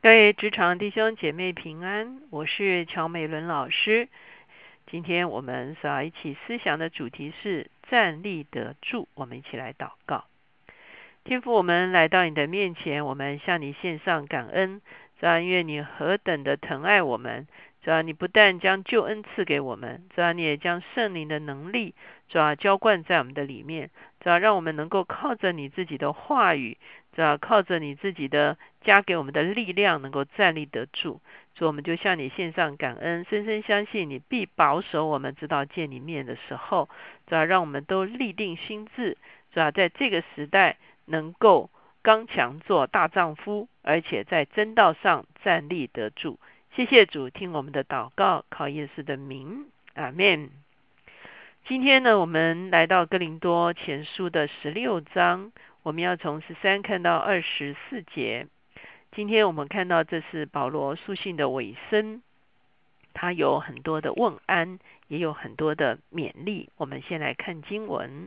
各位职场弟兄姐妹平安，我是乔美伦老师。今天我们所要一起思想的主题是站立得住，我们一起来祷告。天父，我们来到你的面前，我们向你献上感恩，主要因为你何等的疼爱我们，主要你不但将救恩赐给我们，主要你也将圣灵的能力主要浇灌在我们的里面，主要让我们能够靠着你自己的话语，主要靠着你自己的加给我们的力量，能够站立得住。所以我们就向你献上感恩，深深相信你必保守我们直到见你面的时候，主要让我们都立定心志，主要在这个时代能够刚强做大丈夫，而且在真道上站立得住。谢谢主，听我们的祷告，靠耶稣的名，阿们。今天呢，我们来到哥林多前书的16章，我们要从13看到24节。今天我们看到这是保罗书信的尾声，他有很多的问安，也有很多的勉励。我们先来看经文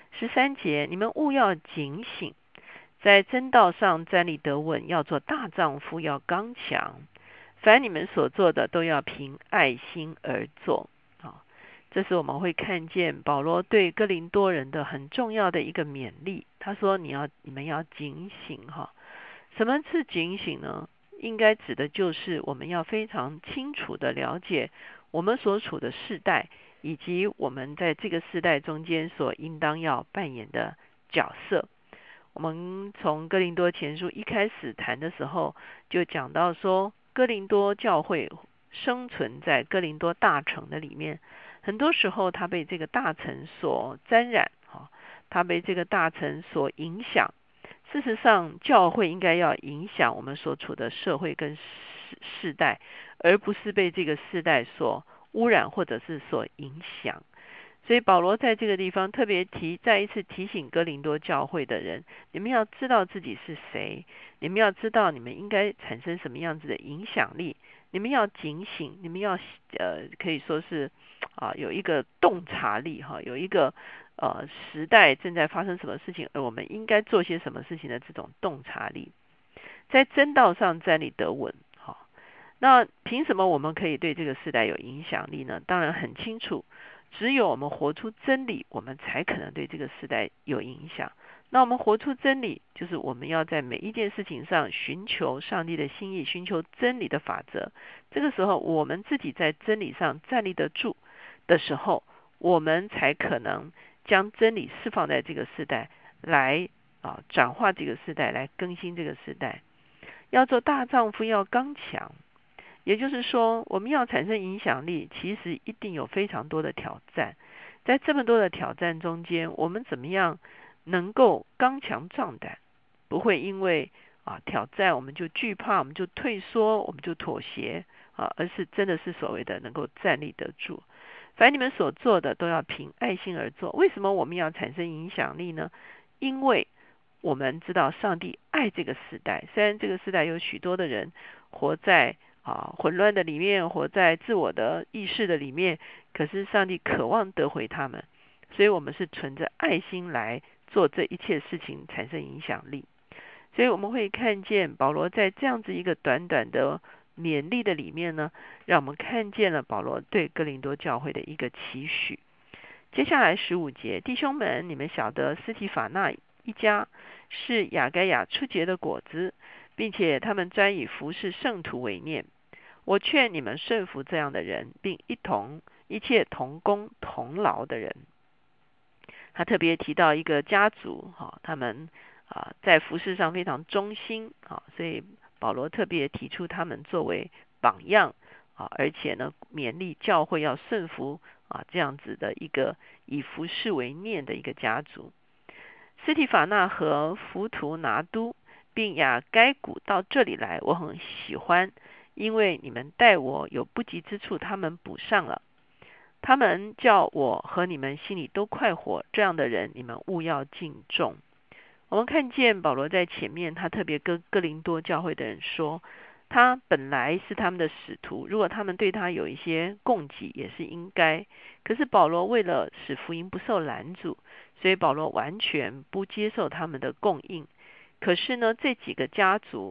13节，你们务要警醒，在真道上站立得稳，要做大丈夫，要刚强。凡你们所做的，都要凭爱心而做。这是我们会看见保罗对哥林多人的很重要的一个勉励。他说你们要警醒哈。什么是警醒呢？应该指的就是我们要非常清楚的了解我们所处的世代，以及我们在这个世代中间所应当要扮演的角色。我们从哥林多前书一开始谈的时候，就讲到说哥林多教会生存在哥林多大城的里面，很多时候他被这个大城所沾染，他被这个大城所影响。事实上，教会应该要影响我们所处的社会跟世代，而不是被这个世代所污染或者是所影响。所以保罗在这个地方特别再一次提醒哥林多教会的人，你们要知道自己是谁，你们要知道你们应该产生什么样子的影响力，你们要警醒，你们要可以说是有一个洞察力有一个时代正在发生什么事情，而我们应该做些什么事情的这种洞察力，在真道上站立得稳。那凭什么我们可以对这个时代有影响力呢？当然很清楚，只有我们活出真理，我们才可能对这个时代有影响。那我们活出真理，就是我们要在每一件事情上寻求上帝的心意，寻求真理的法则。这个时候我们自己在真理上站立得住的时候，我们才可能将真理释放在这个时代，来转化这个时代，来更新这个时代。要做大丈夫，要刚强。也就是说，我们要产生影响力，其实一定有非常多的挑战。在这么多的挑战中间，我们怎么样能够刚强壮胆，不会因为挑战我们就惧怕，我们就退缩，我们就妥协而是真的是所谓的能够站立得住。凡你们所做的，都要凭爱心而做。为什么我们要产生影响力呢？因为我们知道上帝爱这个时代，虽然这个时代有许多的人活在混乱的里面，活在自我的意识的里面，可是上帝渴望得回他们，所以我们是存着爱心来做这一切事情，产生影响力。所以我们会看见保罗在这样子一个短短的勉励的里面呢，让我们看见了保罗对哥林多教会的一个期许。接下来15节，弟兄们，你们晓得斯提法那一家是亚该亚出结的果子，并且他们专以服侍圣徒为念。我劝你们顺服这样的人，并一切同工同劳的人。他特别提到一个家族他们在服事上非常忠心所以保罗特别提出他们作为榜样而且呢勉励教会要顺服这样子的一个以服事为念的一个家族。斯提法纳和弗图拿都并亚该古到这里来，我很喜欢，因为你们待我有不及之处，他们补上了。他们叫我和你们心里都快活，这样的人你们务要敬重。我们看见保罗在前面，他特别跟哥林多教会的人说，他本来是他们的使徒，如果他们对他有一些供给也是应该，可是保罗为了使福音不受拦阻，所以保罗完全不接受他们的供应。可是呢，这几个家族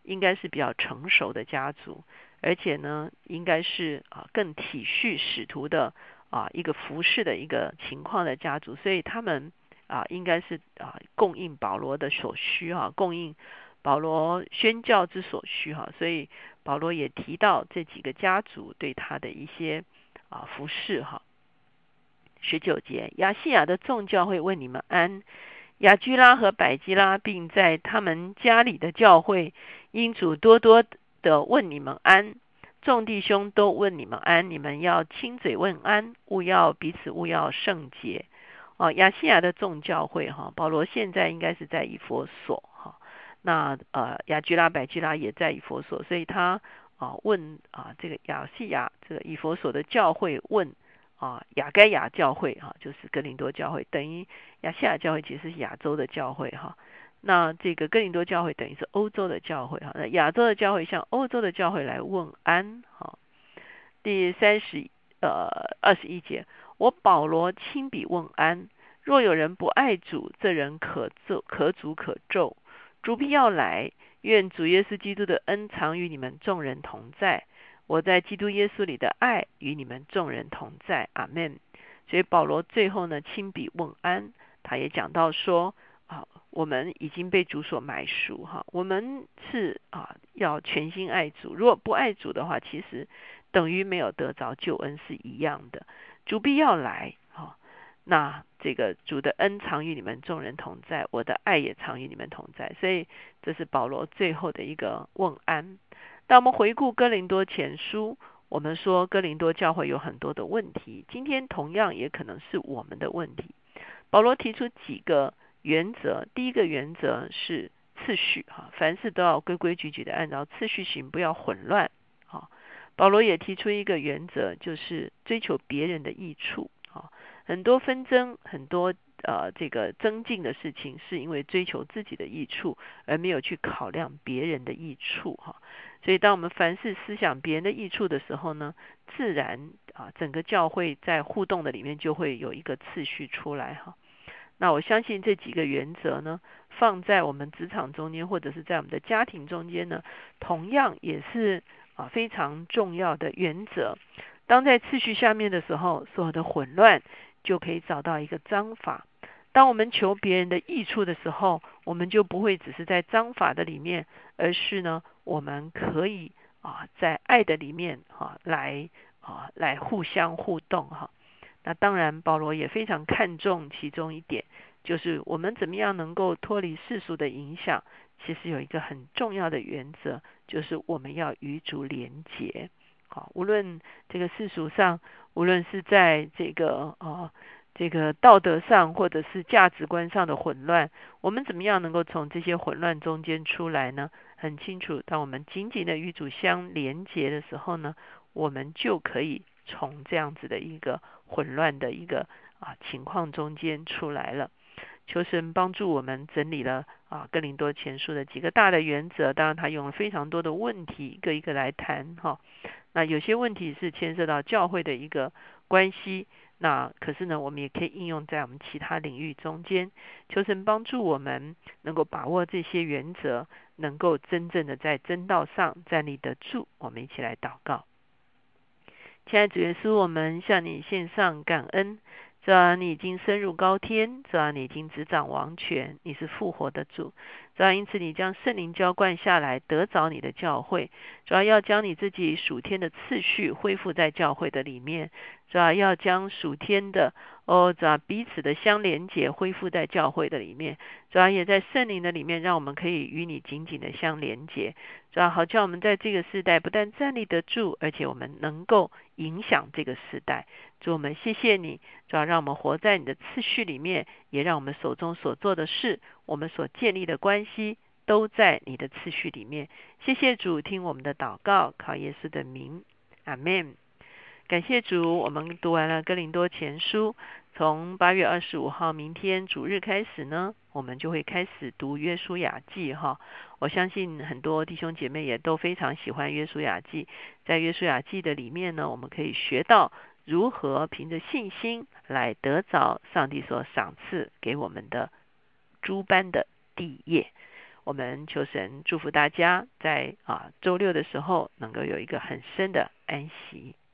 应该是比较成熟的家族，而且呢，应该是更体恤使徒的一个服侍的一个情况的家族，所以他们应该是供应保罗的所需供应保罗宣教之所需所以保罗也提到这几个家族对他的一些服侍19节，亚细亚的众教会问你们安，雅居拉和百基拉并在他们家里的教会，因主多多的问你们安。众弟兄都问你们安，你们要亲嘴问安，彼此要圣洁。亚细亚的众教会保罗现在应该是在以弗所那雅居拉、百基拉也在以弗所，所以他问这个亚细亚这个以弗所的教会问亚该亚教会就是哥林多教会，等于亚细亚教会其实是亚洲的教会那这个哥林多教会等于是欧洲的教会那亚洲的教会向欧洲的教会来问安第21节，我保罗亲笔问安，若有人不爱主，这人可诅可咒。主必要来，愿主耶稣基督的恩常与你们众人同在。我在基督耶稣里的爱与你们众人同在，阿们。所以保罗最后呢亲笔问安，他也讲到说我们已经被主所买赎我们是要全心爱主，如果不爱主的话，其实等于没有得着救恩是一样的。主必要来那这个主的恩常与你们众人同在，我的爱也常与你们同在，所以这是保罗最后的一个问安。当我们回顾哥林多前书，我们说哥林多教会有很多的问题，今天同样也可能是我们的问题。保罗提出几个原则，第一个原则是次序凡事都要规规矩矩的按照次序行，不要混乱保罗也提出一个原则，就是追求别人的益处很多纷争，很多这个增进的事情，是因为追求自己的益处，而没有去考量别人的益处所以当我们凡事思想别人的益处的时候呢，自然整个教会在互动的里面就会有一个次序出来那我相信这几个原则呢，放在我们职场中间，或者是在我们的家庭中间呢，同样也是非常重要的原则。当在次序下面的时候，所有的混乱就可以找到一个章法。当我们求别人的益处的时候，我们就不会只是在章法的里面，而是呢，我们可以在爱的里面来互相互动那当然保罗也非常看重其中一点，就是我们怎么样能够脱离世俗的影响，其实有一个很重要的原则，就是我们要与主连结无论这个世俗上，无论是在这个道德上或者是价值观上的混乱，我们怎么样能够从这些混乱中间出来呢？很清楚，当我们紧紧的与主相连结的时候呢，我们就可以从这样子的一个混乱的一个情况中间出来了。求神帮助我们整理了哥林多前书的几个大的原则，当然他用了非常多的问题一个一个来谈那有些问题是牵涉到教会的一个关系，那可是呢我们也可以应用在我们其他领域中间。求神帮助我们能够把握这些原则，能够真正的在真道上站立得住。我们一起来祷告。亲爱的主耶稣，我们向你献上感恩，主啊，你已经升入高天，主啊，你已经执掌王权，你是复活的主，主啊，因此你将圣灵浇灌下来，得着你的教会，主要要将你自己属天的次序恢复在教会的里面，主要要将属天的主要彼此的相连结恢复在教会的里面，主要也在圣灵的里面，让我们可以与你紧紧的相连结，主要好叫我们在这个世代不但站立得住，而且我们能够影响这个世代。主，我们谢谢你，主要让我们活在你的次序里面，也让我们手中所做的事，我们所建立的关系都在你的次序里面。谢谢主，听我们的祷告，靠耶稣的名，阿们。感谢主，我们读完了哥林多前书，从8月25号明天主日开始呢，我们就会开始读约书亚记我相信很多弟兄姐妹也都非常喜欢约书亚记，在约书亚记的里面呢，我们可以学到如何凭着信心来得着上帝所赏赐给我们的诸般的地业。 我们求神祝福大家在周六的时候能够有一个很深的安息。